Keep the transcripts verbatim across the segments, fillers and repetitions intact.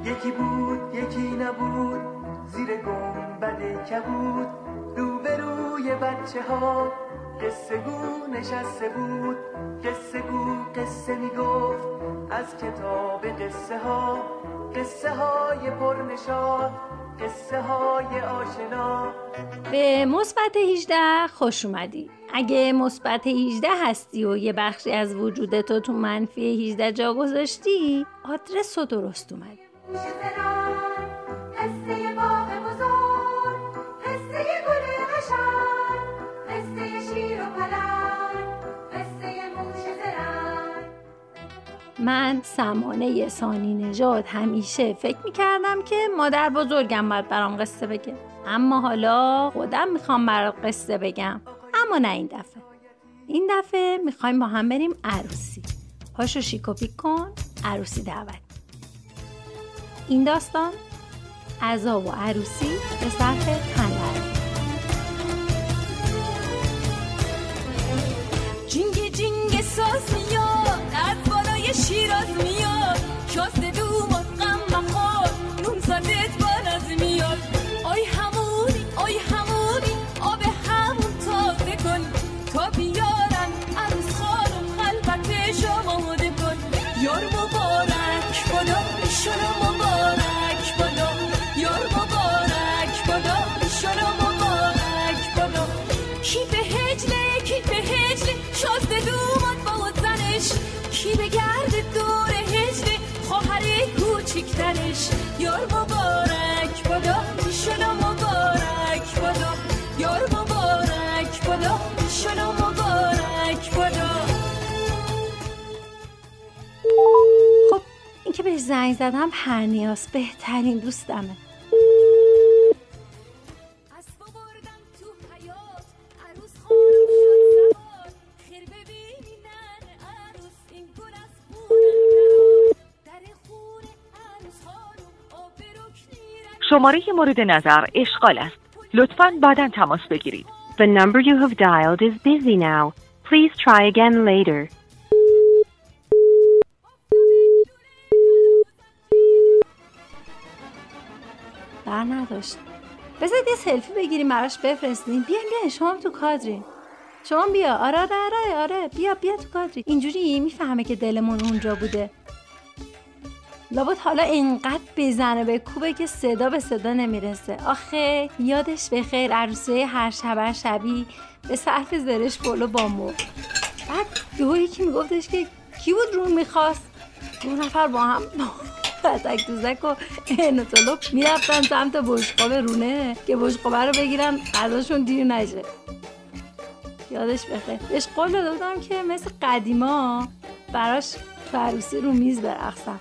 یکی بود یکی نبود زیر گنبد کبود روبروی بچه ها قصه گو نشسته بود قصه گو قصه میگفت از کتاب قصه ها قصه های پرنشاط قصه های آشنا. به مثبت هجده خوش اومدی. اگه مثبت هجده هستی و یه بخشی از وجودتو تو منفی هجده جا گذاشتی، آدرس رو درست اومدی. قصه باغ بزرگ، قصه گل قشنگ، قصه شیر و پلنگ، قصه موش زرنگ. من سمانه ثانی نژاد همیشه فکر میکردم که مادر بزرگم باید برام قصه بگه، اما حالا خودم میخوام برات قصه بگم. اما نه این دفعه. این دفعه میخوایم با هم بریم عروسی. پاشو شیک و پیک کن، عروسی دعوت. این داستان عزا و عروسی به صرف تنلر. جینگ جینگ ساز میاد از بالای شیراز میاد، شازده دومات غم مخور نون زدت باز میاد. آی همونی آی همونی آب همون تازه کن تا بیارن عروس خانم خلوتش آماده کن. یار مبارک بادا ایشالا مبارک بادا، یار مبارک بادا ایشالا مبارک بادا. کی به هجله کی به هجله شازده دومات با زنش، کی به گرد دور هجله خواهر کوچیکترش. یار مبارک بادا ایشالا مبارک بادا، یار مبارک بادا ایشالا مبارک بادا. خب این که بهش زنگ زدم پرنیاس بهترین دوستمه. شماره مورد نظر اشغال است. لطفاً بعداً تماس بگیرید. The number you have dialed is busy now. Please try again later. بر نداشت. بذارید یه سلفی بگیریم براش بفرستیم. بیاین بیاین شما تو کادرین. شما بیا. آره آره آره آره بیا بیا تو کادری. اینجوری میفهمه که دلمون اونجا بوده. لابد حالا اینقدر بزنه به کوبه که صدا به صدا نمیرسه. آخه یادش به خیر عروسی هر شب شبی به صرف زرش پلو بامو. بعد یهو یکی میگفتش که کی بود رون میخواست. دو نفر با هم پتک دوزک و اینطلب میرفتن سمت بشقاب رونه که بشقابه رو بگیرن غذاشون دیر نشه. یادش بخیر. بهش قول داده بودم که مثل قدیما براش تو عروسی رو میز برقصم.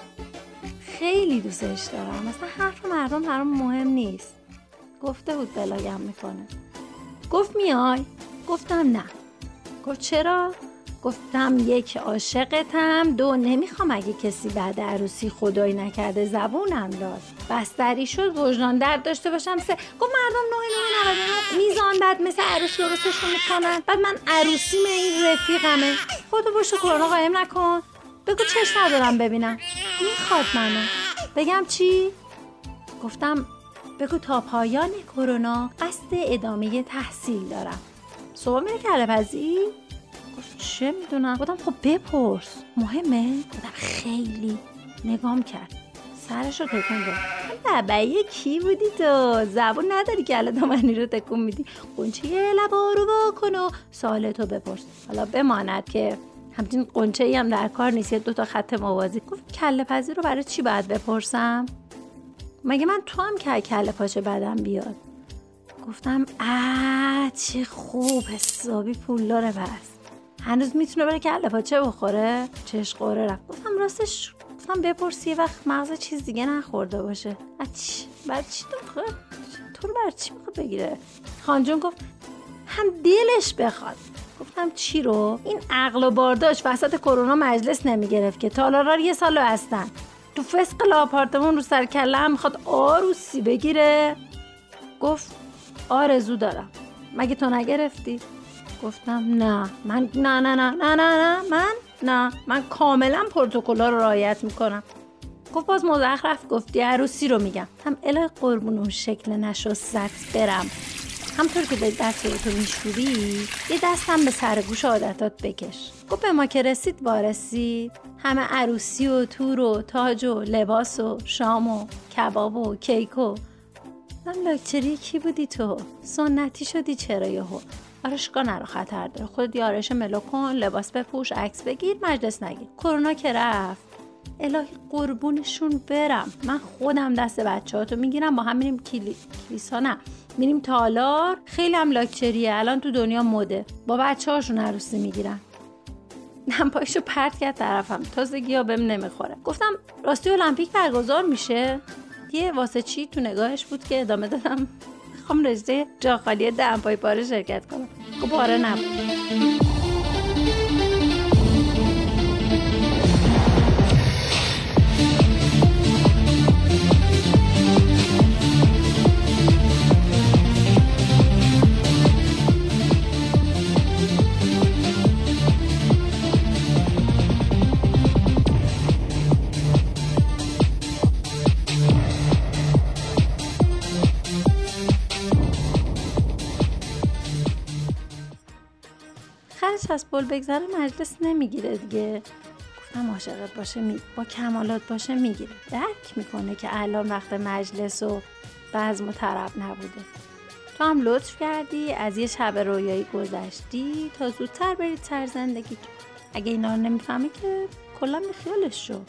خیلی دوستش دارم. مثلا حرف مردم برام مهم نیست. گفته بود بلاگم میکنه. گفت میای؟ گفتم نه. گفت چرا؟ گفتم یک عاشقتم، دو نمیخوام اگه کسی بعد عروسی خدایی نکرده زبونم داد بستری شد وجدان درد داشته باشم. سه گفت مردم نه نه نه نه میزان بعد مثل عروس درستشون میکنن. بعد من عروسی من این رفیقمه. خودو باشو کرونا قایم نکن. بگو چشم ندارم ببینم. میخواد منو. بگم چی؟ گفتم بگو تا پایان کرونا قصد ادامه تحصیل دارم. صبح میره کله‌پزی؟ گفت چه میدونم. گفتم خب بپرس مهمه؟ گفتم خیلی. نگام کرد سرشو تکون داد. لبه کی بودی تو؟ زبون نداری که الان منی رو تکون میدی. قنچه لبا رو واکن و سوالتو بپرس. حالا بماند که همچین قنچه ای هم در کار نیست. یه دوتا خط موازی. گفت کله پزی رو برای چی باید بپرسم؟ مگه من تو هم که کله پاچه بدم بیاد. گفتم اه چه خوب حسابی پول داره بس. هنوز میتونه بره کله پاچه بخوره. چش قوره رفت. گفتم راستش گفتم بپرسی یه وقت مغز چیز دیگه نخورده باشه. اچ بعد چی تو بخواد؟ تو رو بر چی میخواد بگیره؟ خانجون گفت هم دلش بخواد. گفتم چی رو؟ این عقل و بارداش وسط کرونا مجلس نمیگرفت که تالارا یه سالو هستن. تو فسق آپارتمان رو سر کله هم میخواد آروسی بگیره. گفت آرزو دارم. مگه تو نگرفتی؟ گفتم نه من نه نه نه نه نه نه من نه من کاملا پروتکل‌ها رو رعایت میکنم. گفت باز مزخرف گفتی، عروسی رو میگم. هم الهی قربون اون شکل نشست برم. همطور که به دست تو میشوری یه دستم به سر گوش عادتات بکش. گفت به ما که رسید وارسید، همه عروسی و تور و تاج و لباس و شام و کباب و کیک و من لاکچری کی بودی تو؟ سنتی شدی چرا یهو؟ آرشگاه نرو خطر داره، خود یارش ملو کن، لباس بپوش، عکس بگیر، مجلس نگیر. کرونا که رفت الهی قربونشون برم، من خودم دست بچه‌هاتو میگیرم با هم میریم کلی... کلیسا نه میریم تالار. خیلی هم لاکچریه الان تو دنیا مده، با بچه‌هاشون عروسی میگیرن. من پایشو پرت کرد طرفم، تازگی ها بهم نمیخوره. گفتم راستی المپیک برگزار میشه؟ یه واسه چی تو نگاهش بود که ادامه دادم میخوام رشته جا خالی دم پای پاره شرکت کنم. خب پاره نبود. خرش از بول بگذره مجلس نمیگیره دیگه. گفتم عاشقت باشه می... با کمالات باشه میگیره. درک میکنه که الان وقت مجلس و بزم و طرب نبوده. تو هم لطف کردی از یه شب رویایی گذشتی تا زودتر برید سر زندگی. اگه اینا رو نمیفهمی که کلا بیخیالش شو.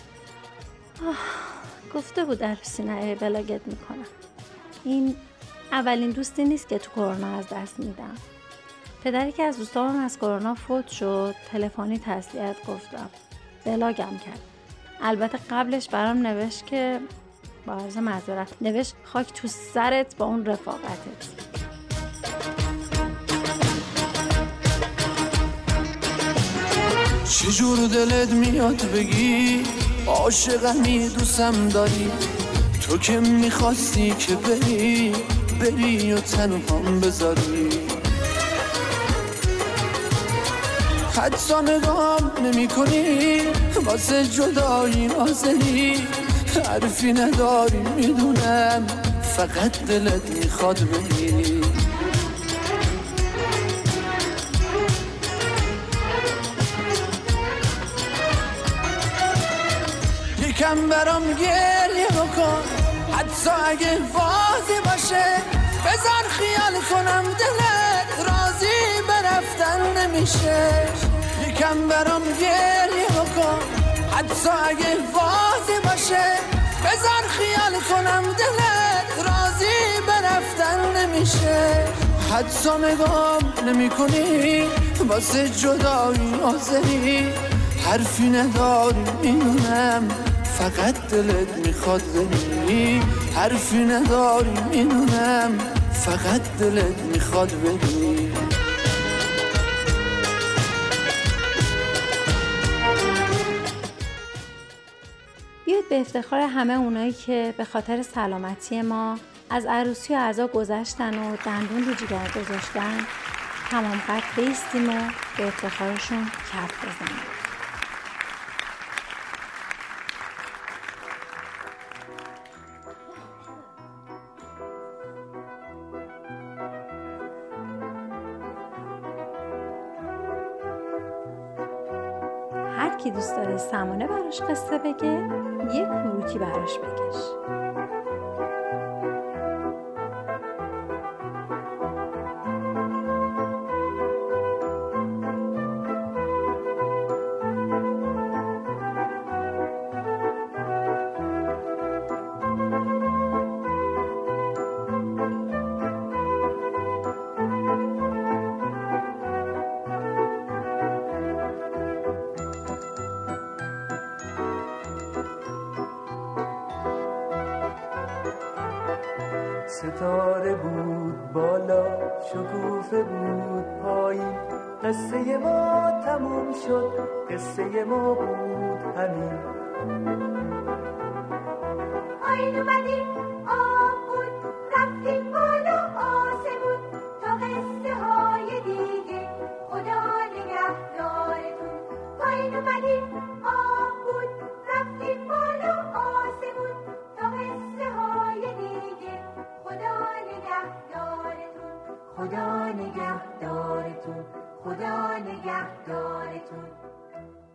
گفته بود در سینه بلاگت میکنم. این اولین دوستی نیست که تو کرونا از دست میدم. پدری که از دوستامم از کرونا فوت شد تلفنی تسلیت گفتم، بلاگم کرد. البته قبلش برام نوشت که با عرض معذرت نوشت خاک تو سرت با اون رفاقتت. چجور دلت میاد بگی عاشقمی دوستم داری، تو که میخواستی که بری بری و تنهام بذاری، حتی نگام نمی کنی واسه جدایی نازنی، حرفی نداری میدونم فقط دلت میخواد بری. یکم برام گریه بکن حتی اگه بازی باشه، بذار خیال کنم دلت راضی برفتن نمیشه. یکم برام گریه بکن حتی اگه بازی باشه، بذار خیال کنم دلت راضی برفتن نمیشه. حتی نگام نمی کنی واسه جدایی آزری، حرفی نداری میدونم فقط دلت میخواد بری، حرفی نداری میدونم فقط دلت میخواد بری. بیاید به افتخار همه اونایی که به خاطر سلامتی ما از عروسی و عزا گذشتن و دندون رو جگر گذاشتن تمام قد بیستیم و به افتخارشون کف بزنیم. هر کی دوست داره سمانه براش قصه بگه یه کروکی براش بکش. ستاره بود بالا شکوفه بود پایین، قصه ما تموم شد قصه ما بود همین. آین اومدیم آب بود رفتیم بالا آسمون، تا قصه های دیگه خدا نگهدارتون. آین اومدیم آب بود رفتیم بالا نگهدارتون، خدا نگهدارتون.